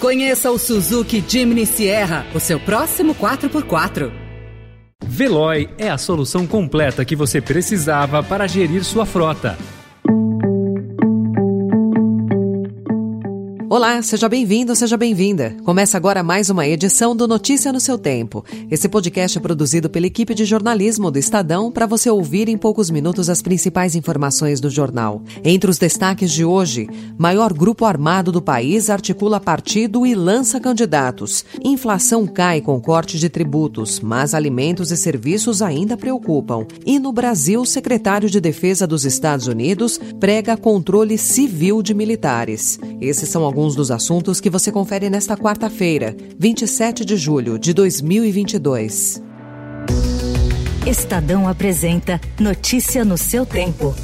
Conheça o Suzuki Jimny Sierra, o seu próximo 4x4. Veloy é a solução completa que você precisava para gerir sua frota. Olá, seja bem-vindo, seja bem-vinda. Começa agora mais uma edição do Notícia no seu Tempo. Esse podcast é produzido pela equipe de jornalismo do Estadão para você ouvir em poucos minutos as principais informações do jornal. Entre os destaques de hoje, maior grupo armado do país articula partido e lança candidatos. Inflação cai com corte de tributos, mas alimentos e serviços ainda preocupam. E no Brasil, o secretário de Defesa dos Estados Unidos prega controle civil de militares. Esses são alguns dos assuntos que você confere nesta quarta-feira, 27 de julho de 2022. Estadão apresenta Notícia no seu tempo.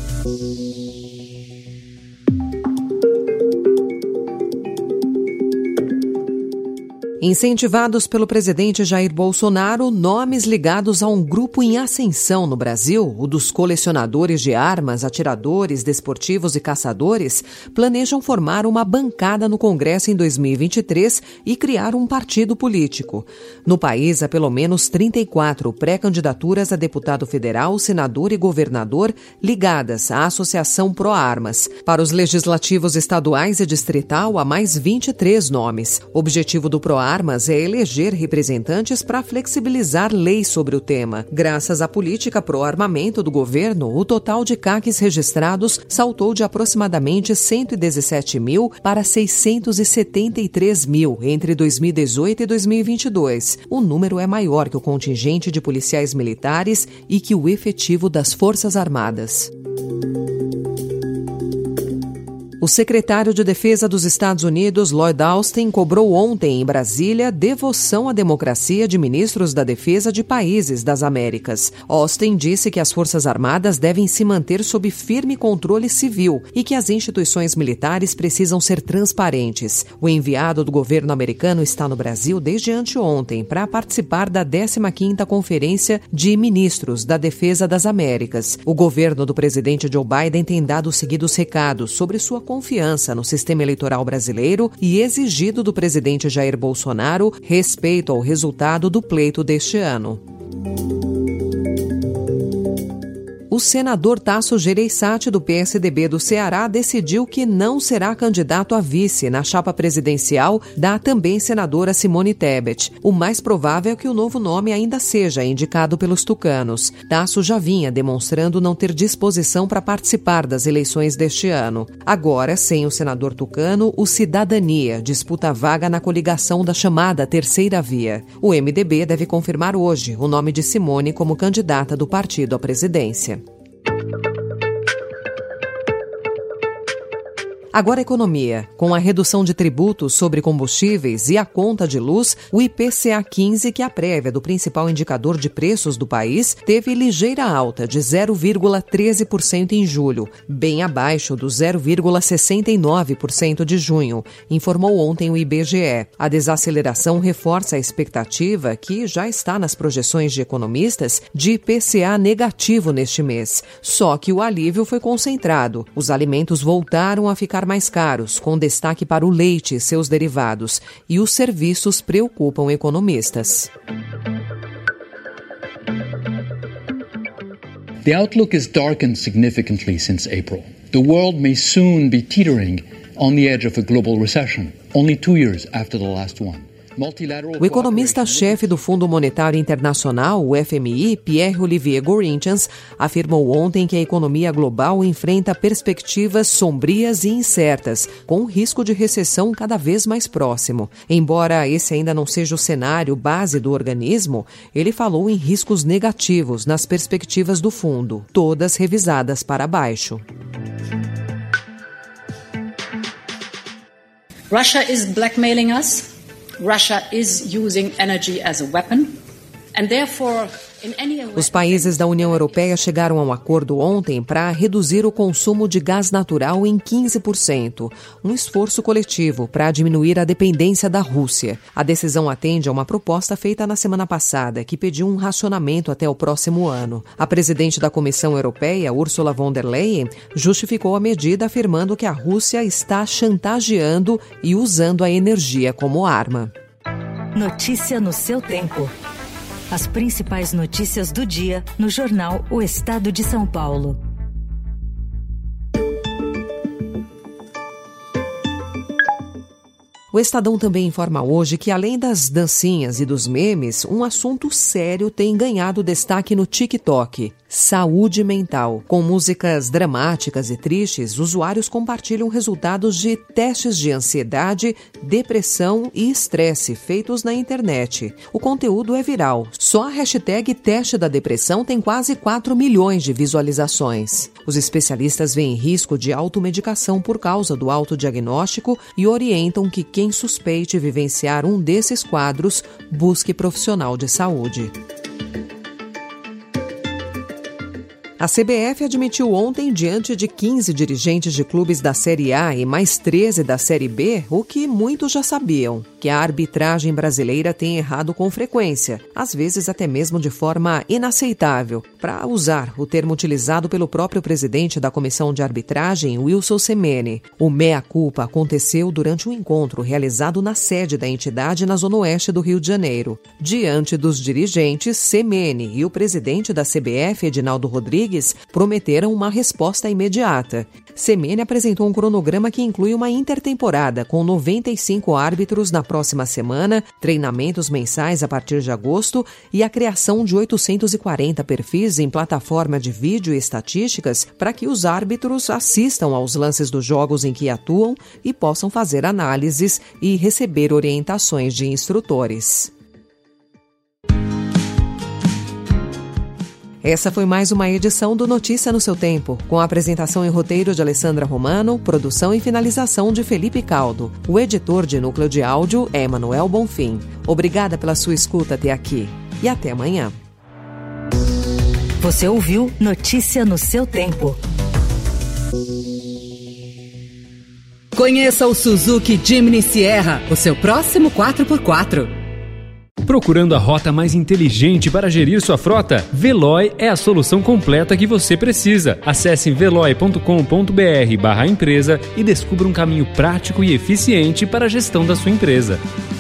Incentivados pelo presidente Jair Bolsonaro, nomes ligados a um grupo em ascensão no Brasil, o dos colecionadores de armas, atiradores, desportivos e caçadores, planejam formar uma bancada no Congresso em 2023 e criar um partido político. No país, há pelo menos 34 pré-candidaturas a deputado federal, senador e governador ligadas à Associação Pro Armas. Para os legislativos estaduais e distrital, há mais 23 nomes. O objetivo do Pro Armas é eleger representantes para flexibilizar leis sobre o tema. Graças à política pró-armamento do governo, o total de CACs registrados saltou de aproximadamente 117 mil para 673 mil entre 2018 e 2022. O número é maior que o contingente de policiais militares e que o efetivo das Forças Armadas. O secretário de Defesa dos Estados Unidos, Lloyd Austin, cobrou ontem em Brasília devoção à democracia de ministros da defesa de países das Américas. Austin disse que as Forças Armadas devem se manter sob firme controle civil e que as instituições militares precisam ser transparentes. O enviado do governo americano está no Brasil desde anteontem para participar da 15ª Conferência de Ministros da Defesa das Américas. O governo do presidente Joe Biden tem dado seguidos recados sobre sua confiança no sistema eleitoral brasileiro e exigido do presidente Jair Bolsonaro respeito ao resultado do pleito deste ano. O senador Tasso Gereissati, do PSDB do Ceará, decidiu que não será candidato a vice na chapa presidencial da também senadora Simone Tebet. O mais provável é que o novo nome ainda seja indicado pelos tucanos. Tasso já vinha demonstrando não ter disposição para participar das eleições deste ano. Agora, sem o senador tucano, o Cidadania disputa a vaga na coligação da chamada Terceira Via. O MDB deve confirmar hoje o nome de Simone como candidata do partido à presidência. Agora a economia. Com a redução de tributos sobre combustíveis e a conta de luz, o IPCA 15, que é a prévia do principal indicador de preços do país, teve ligeira alta de 0,13% em julho, bem abaixo do 0,69% de junho, informou ontem o IBGE. A desaceleração reforça a expectativa, que já está nas projeções de economistas, de IPCA negativo neste mês. Só que o alívio foi concentrado. Os alimentos voltaram a ficar mais caros, com destaque para o leite e seus derivados, e os serviços preocupam economistas. The outlook has darkened significantly since April. The world may soon be teetering on the edge of a global recession, only 2 years after the last one. O economista-chefe do Fundo Monetário Internacional, o FMI, Pierre-Olivier Gourinchas, afirmou ontem que a economia global enfrenta perspectivas sombrias e incertas, com risco de recessão cada vez mais próximo. Embora esse ainda não seja o cenário base do organismo, ele falou em riscos negativos nas perspectivas do fundo, todas revisadas para baixo. Russia is blackmailing us. Russia is using energy as a weapon, and therefore Os países da União Europeia chegaram a um acordo ontem para reduzir o consumo de gás natural em 15%, um esforço coletivo para diminuir a dependência da Rússia. A decisão atende a uma proposta feita na semana passada, que pediu um racionamento até o próximo ano. A presidente da Comissão Europeia, Ursula von der Leyen, justificou a medida afirmando que a Rússia está chantageando e usando a energia como arma. Notícia no seu tempo. As principais notícias do dia no jornal O Estado de São Paulo. O Estadão também informa hoje que, além das dancinhas e dos memes, um assunto sério tem ganhado destaque no TikTok: saúde mental. Com músicas dramáticas e tristes, usuários compartilham resultados de testes de ansiedade, depressão e estresse feitos na internet. O conteúdo é viral. Só a hashtag teste da depressão tem quase 4 milhões de visualizações. Os especialistas veem risco de automedicação por causa do autodiagnóstico e orientam que quem suspeite vivenciar um desses quadros busque profissional de saúde. A CBF admitiu ontem, diante de 15 dirigentes de clubes da Série A e mais 13 da Série B, o que muitos já sabiam, que a arbitragem brasileira tem errado com frequência, às vezes até mesmo de forma inaceitável, para usar o termo utilizado pelo próprio presidente da Comissão de Arbitragem, Wilson Semene. O mea-culpa aconteceu durante um encontro realizado na sede da entidade na Zona Oeste do Rio de Janeiro. Diante dos dirigentes, Semene e o presidente da CBF, Edinaldo Rodrigues, prometeram uma resposta imediata. Semene apresentou um cronograma que inclui uma intertemporada com 95 árbitros na próxima semana, treinamentos mensais a partir de agosto e a criação de 840 perfis em plataforma de vídeo e estatísticas para que os árbitros assistam aos lances dos jogos em que atuam e possam fazer análises e receber orientações de instrutores. Essa foi mais uma edição do Notícia no seu Tempo, com a apresentação e roteiro de Alessandra Romano, produção e finalização de Felipe Caldo. O editor de núcleo de áudio é Emanuel Bonfim. Obrigada pela sua escuta até aqui e até amanhã. Você ouviu Notícia no seu Tempo. Conheça o Suzuki Jimny Sierra, o seu próximo 4x4. Procurando a rota mais inteligente para gerir sua frota? Veloy é a solução completa que você precisa. Acesse veloy.com.br/empresa e descubra um caminho prático e eficiente para a gestão da sua empresa.